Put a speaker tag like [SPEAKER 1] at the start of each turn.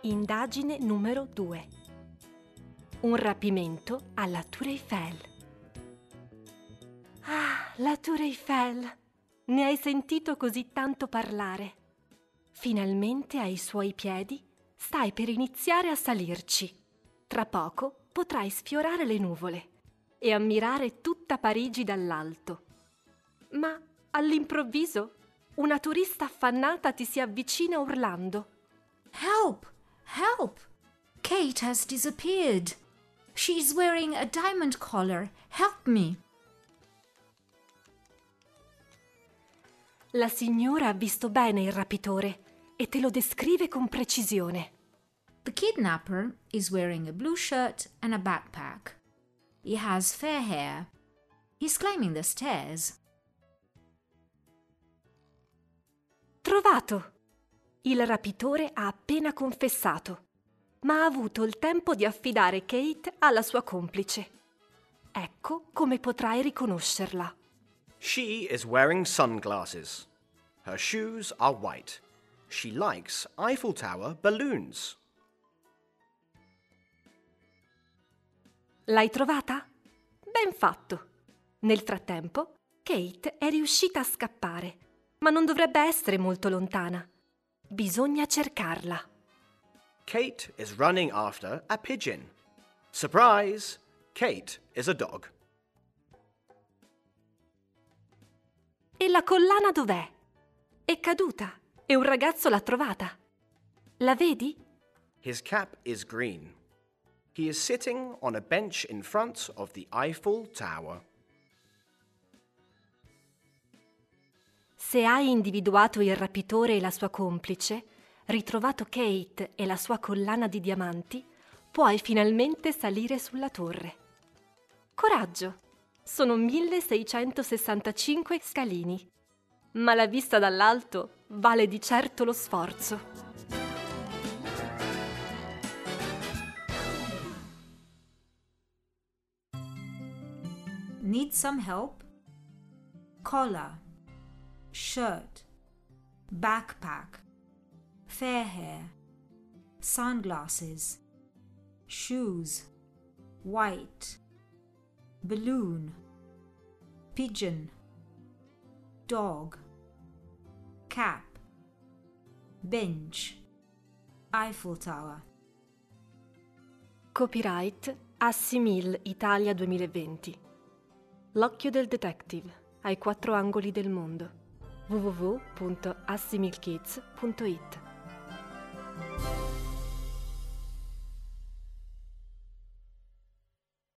[SPEAKER 1] Indagine numero 2. Un rapimento alla Tour Eiffel. Ah, la Tour Eiffel! Ne hai sentito così tanto parlare. Finalmente ai suoi piedi stai per iniziare a salirci. Tra poco potrai sfiorare le nuvole e ammirare tutta Parigi dall'alto. Ma all'improvviso una turista affannata ti si avvicina urlando.
[SPEAKER 2] Help! Help! Kate has disappeared. She's wearing a diamond collar. Help me!
[SPEAKER 1] La signora ha visto bene il rapitore e te lo descrive con precisione.
[SPEAKER 2] The kidnapper is wearing a blue shirt and a backpack. He has fair hair. He's climbing the stairs.
[SPEAKER 1] Trovato! Il rapitore ha appena confessato, ma ha avuto il tempo di affidare Kate alla sua complice. Ecco come potrai riconoscerla.
[SPEAKER 3] She is wearing sunglasses. Her shoes are white. She likes Eiffel Tower balloons.
[SPEAKER 1] L'hai trovata? Ben fatto! Nel frattempo, Kate è riuscita a scappare, ma non dovrebbe essere molto lontana. Bisogna cercarla.
[SPEAKER 3] Kate is running after a pigeon. Surprise! Kate is a dog.
[SPEAKER 1] E la collana dov'è? È caduta e un ragazzo l'ha trovata. La vedi?
[SPEAKER 3] His cap is green. He is sitting on a bench in front of the Eiffel Tower.
[SPEAKER 1] Se hai individuato il rapitore e la sua complice, ritrovato Kate e la sua collana di diamanti, puoi finalmente salire sulla torre. Coraggio! Sono 1665 scalini, ma la vista dall'alto vale di certo lo sforzo.
[SPEAKER 2] Need some help? Collar, shirt, backpack, fair hair, sunglasses, shoes, white, balloon, pigeon, dog, cap, bench, Eiffel Tower.
[SPEAKER 1] Copyright Assimil Italia 2020. L'occhio del detective ai 4 angoli del mondo. www.assimilkids.it